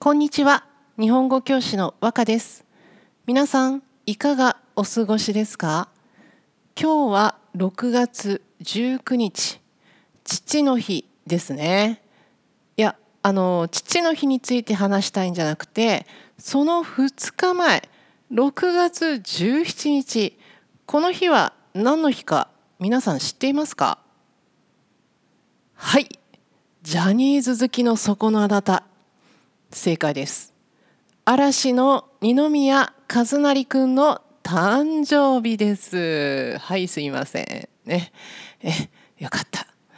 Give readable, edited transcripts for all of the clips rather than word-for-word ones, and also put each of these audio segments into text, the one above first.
こんにちは。日本語教師の和歌です。皆さん、いかがお過ごしですか？今日は6月19日、父の日ですね。いや、父の日について話したいんじゃなくて、その2日前、6月17日、この日は何の日か皆さん知っていますか？はい、ジャニーズ好きの底のあなた、正解です。嵐の二宮和也くんの誕生日です。はい、すいません。ね。よかった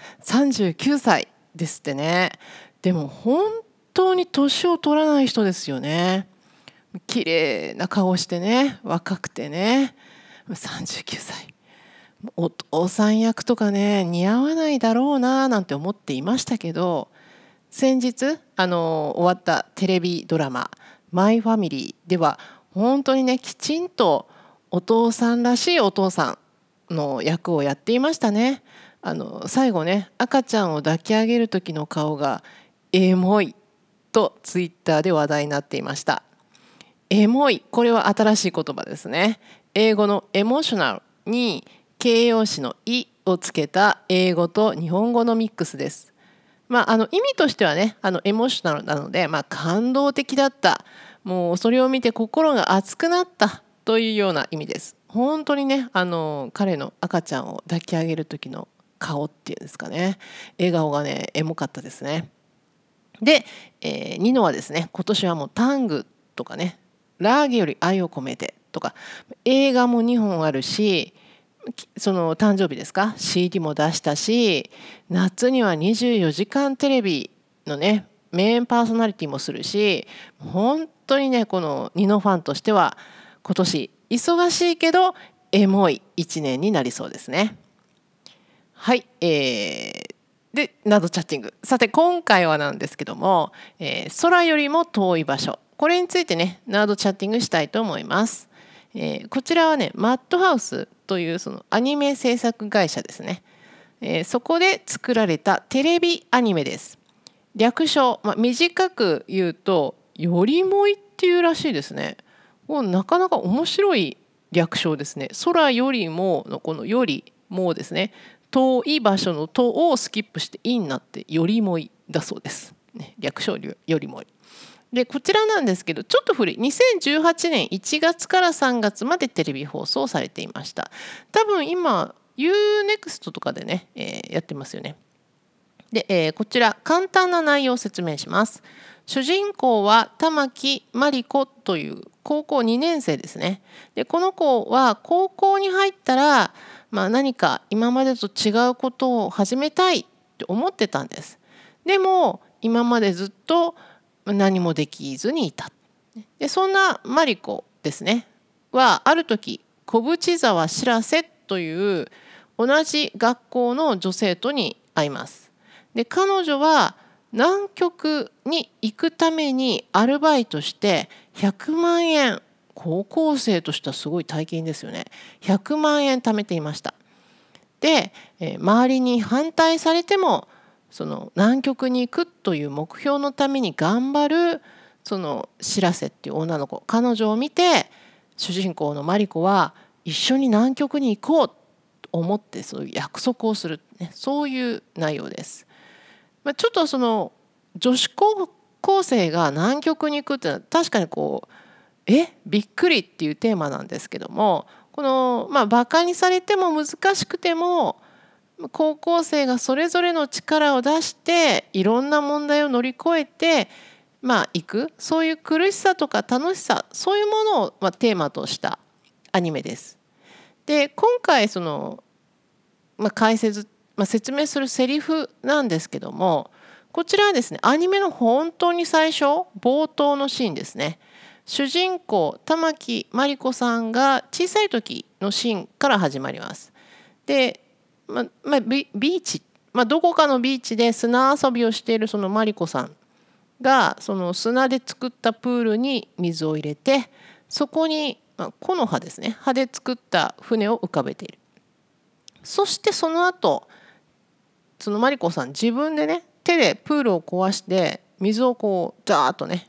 。39歳ですってね。でも本当に年を取らない人ですよね。綺麗な顔してね、若くてね。39歳。お父さん役とかね、似合わないだろうななんて思っていましたけど、先日終わったテレビドラママイファミリーでは本当にね、きちんとお父さんらしいお父さんの役をやっていましたね。最後ね、赤ちゃんを抱き上げる時の顔がエモいとツイッターで話題になっていました。エモい、これは新しい言葉ですね。英語のエモーショナルに形容詞の「い」をつけた英語と日本語のミックスです。意味としてはね、エモーショナルなので、感動的だった、もうそれを見て心が熱くなったというような意味です。本当にね、彼の赤ちゃんを抱き上げる時の顔っていうんですかね、笑顔がね、エモかったですね。で、ニノはですね、今年はもうタングとかね、ラーゲより愛を込めてとか、映画も2本あるし、その誕生日ですか CD も出したし、夏には24時間テレビのねメインパーソナリティもするし、本当にね、このニノファンとしては今年忙しいけどエモい1年になりそうですね。はい、でナードチャッティング、さて今回はなんですけども、空よりも遠い場所、これについてねナードチャッティングしたいと思います。こちらはねマッドハウスというそのアニメ制作会社ですね。そこで作られたテレビアニメです。略称、短く言うとよりもいっていうらしいですね。もうなかなか面白い略称ですね。空よりものこのよりもですね、遠い場所の遠をスキップしていになってよりもいだそうです、ね、略称よりもい。でこちらなんですけど、ちょっと古い2018年1月から3月までテレビ放送されていました。多分今 UNEXT とかでね、やってますよね。で、こちら簡単な内容を説明します。主人公は玉木真理子という高校2年生ですね。でこの子は高校に入ったら、何か今までと違うことを始めたいって思ってたんです。でも今までずっと何もできずにいた。でそんなマリコですねはある時小淵沢しらせという同じ学校の女生徒に会います。で彼女は南極に行くためにアルバイトして100万円、高校生としてはすごい大金ですよね。100万円貯めていました。で、周りに反対されてもその南極に行くという目標のために頑張るそのしらせっていう女の子、彼女を見て主人公のマリコは一緒に南極に行こうと思ってそういう約束をする、ね、そういう内容です。ちょっとその女子高校生が南極に行くっていうのは確かにびっくりっていうテーマなんですけども、このバカにされても難しくても高校生がそれぞれの力を出していろんな問題を乗り越えて行く、そういう苦しさとか楽しさ、そういうものをテーマとしたアニメです。で今回その、解説、説明するセリフなんですけども、こちらはですねアニメの本当に最初冒頭のシーンですね。主人公玉木真理子さんが小さい時のシーンから始まります。でビーチ、どこかのビーチで砂遊びをしているそのマリコさんがその砂で作ったプールに水を入れて、そこに木の葉ですね、葉で作った船を浮かべている。そしてその後そのマリコさん自分でね手でプールを壊して水をザーッとね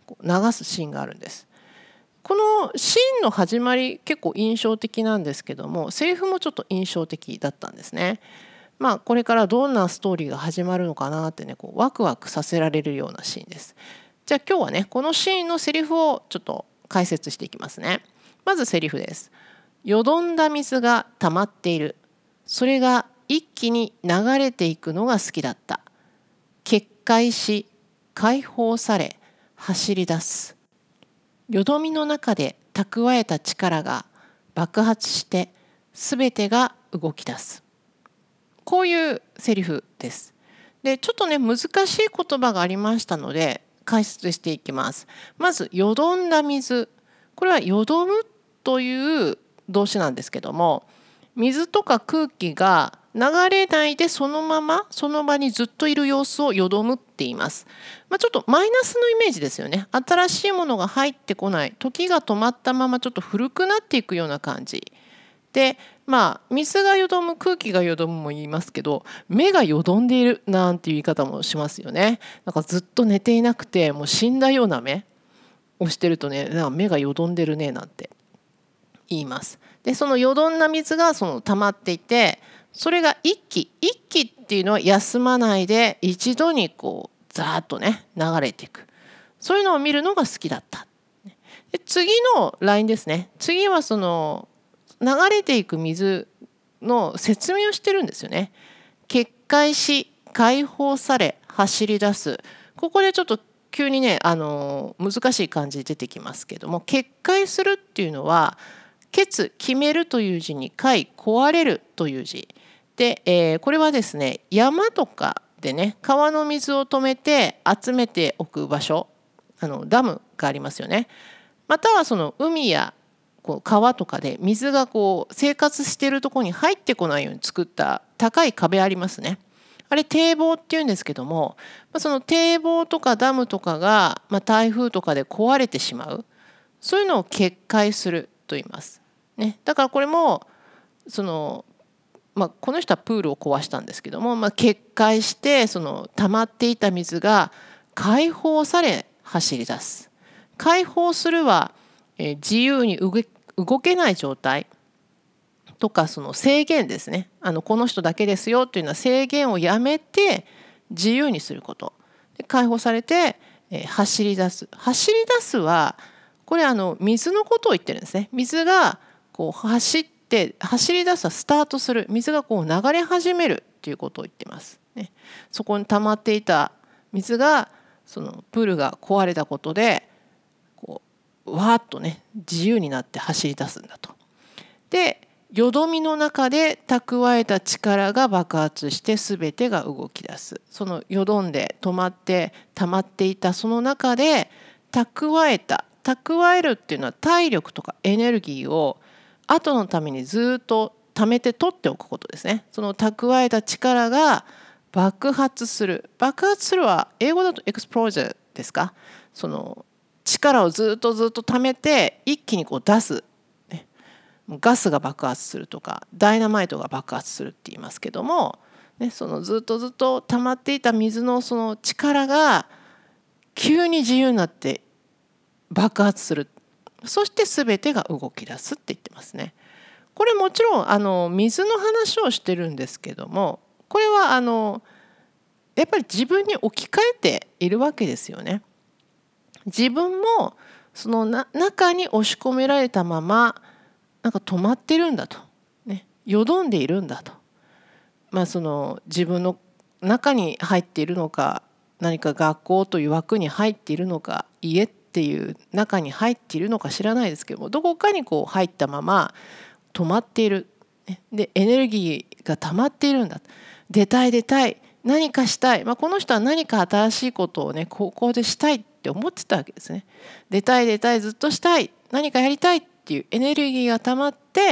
流すシーンがあるんです。このシーンの始まり結構印象的なんですけども、セリフもちょっと印象的だったんですね。これからどんなストーリーが始まるのかなってね、ワクワクさせられるようなシーンです。じゃあ今日はね、このシーンのセリフをちょっと解説していきますね。まずセリフです。よどんだ水が溜まっている。それが一気に流れていくのが好きだった。決壊し、解放され、走り出す。よどみの中で蓄えた力が爆発して、すべてが動き出す。こういうセリフです。で、ちょっとね、難しい言葉がありましたので、解説していきます。まず、よどんだ水。これはよどむという動詞なんですけども、水とか空気が流れないでそのままその場にずっといる様子をよどむって言います。ちょっとマイナスのイメージですよね。新しいものが入ってこない、時が止まったままちょっと古くなっていくような感じで、水がよどむ、空気がよどむも言いますけど、目がよどんでいるなんていう言い方もしますよね。なんかずっと寝ていなくてもう死んだような目をしてるとね、なんか目がよどんでるねなんて言います。で、そのよどんだ水が溜まっていて、それが一気っていうのは休まないで一度にザーッとね流れていく、そういうのを見るのが好きだった。で、次のラインですね。次は流れていく水の説明をしてるんですよね。決壊し、解放され、走り出す。ここでちょっと急にね、難しい漢字出てきますけども、決壊するっていうのは決めるという字に解壊れるという字で、これはですね、山とかでね、川の水を止めて集めておく場所、ダムがありますよね。または海や川とかで水が生活しているところに入ってこないように作った高い壁ありますね。あれ堤防っていうんですけども、その堤防とかダムとかが、台風とかで壊れてしまう、そういうのを決壊すると言います。ね、だからこれもこの人はプールを壊したんですけども、決壊して溜まっていた水が解放され走り出す。解放するは自由に動けない状態とか制限ですね。この人だけですよというのは制限をやめて自由にすること。で、解放されて走り出す。走り出すはこれ水のことを言ってるんですね。水が走り出すはスタートする。水が流れ始めるということを言ってます、ね。そこに溜まっていた水がプールが壊れたことでわーっとね自由になって走り出すんだと。で、よどみの中で蓄えた力が爆発して全てが動き出す。そのよどんで止まって溜まっていたその中で蓄えるっていうのは体力とかエネルギーを後のためにずっと貯めて取っておくことですね。その蓄えた力が爆発する。爆発するは英語だとエクスプロージャーですか。力をずっと貯めて一気に出す、ね、ガスが爆発するとかダイナマイトが爆発するって言いますけども、ね、ずっと溜まっていた水の力が急に自由になって爆発する。そして全てが動き出すって言ってますね。これもちろん水の話をしてるんですけども、これはやっぱり自分に置き換えているわけですよね。自分も中に押し込められたまま止まってるんだと、ね、よどんでいるんだと、自分の中に入っているのか、何か学校という枠に入っているのか、家っていう中に入っているのか知らないですけども、どこかに入ったまま止まっている。で、エネルギーが溜まっているんだ。出たい何かしたい、この人は何か新しいことをね高校でしたいって思ってたわけですね。出たいずっとしたい、何かやりたいっていうエネルギーが溜まって、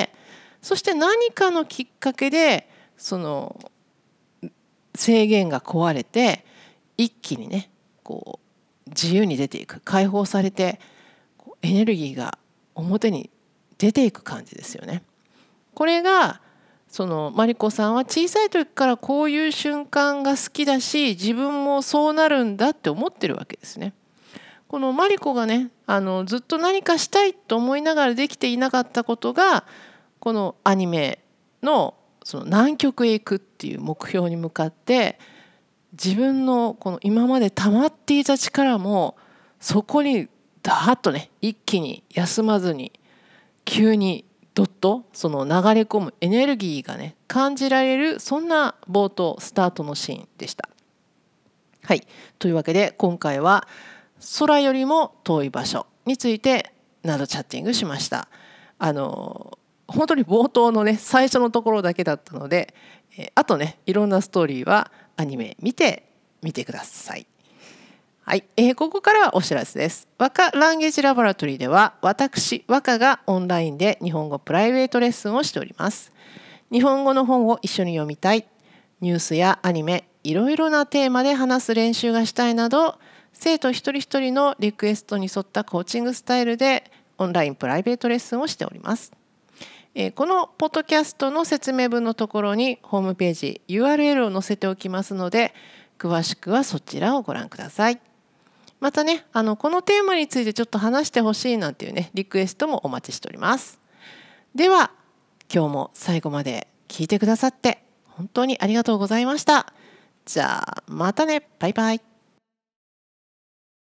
そして何かのきっかけで制限が壊れて一気にね自由に出ていく、解放されてエネルギーが表に出ていく感じですよね。これがマリコさんは小さい時からこういう瞬間が好きだし、自分もそうなるんだって思ってるわけですね。 このマリコがねずっと何かしたいと思いながらできていなかったことがこのアニメのその南極へ行くっていう目標に向かって自分のこの今まで溜まっていた力もそこにダーッとね一気に休まずに急にどっとその流れ込むエネルギーがね感じられる、そんな冒頭スタートのシーンでした。はい、というわけで今回は空よりも遠い場所についてなどチャッティングしました。本当に冒頭のね最初のところだけだったので、あとねいろんなストーリーはアニメ見てみてください。はい、ここからはお知らせです。和歌ランゲージラボラトリーでは私和歌がオンラインで日本語プライベートレッスンをしております。日本語の本を一緒に読みたい、ニュースやアニメ、いろいろなテーマで話す練習がしたいなど、生徒一人一人のリクエストに沿ったコーチングスタイルでオンラインプライベートレッスンをしております。このポッドキャストの説明文のところにホームページ URL を載せておきますので、詳しくはそちらをご覧ください。またねこのテーマについてちょっと話してほしいなんていうねリクエストもお待ちしております。では今日も最後まで聞いてくださって本当にありがとうございました。じゃあまたね、バイバイ。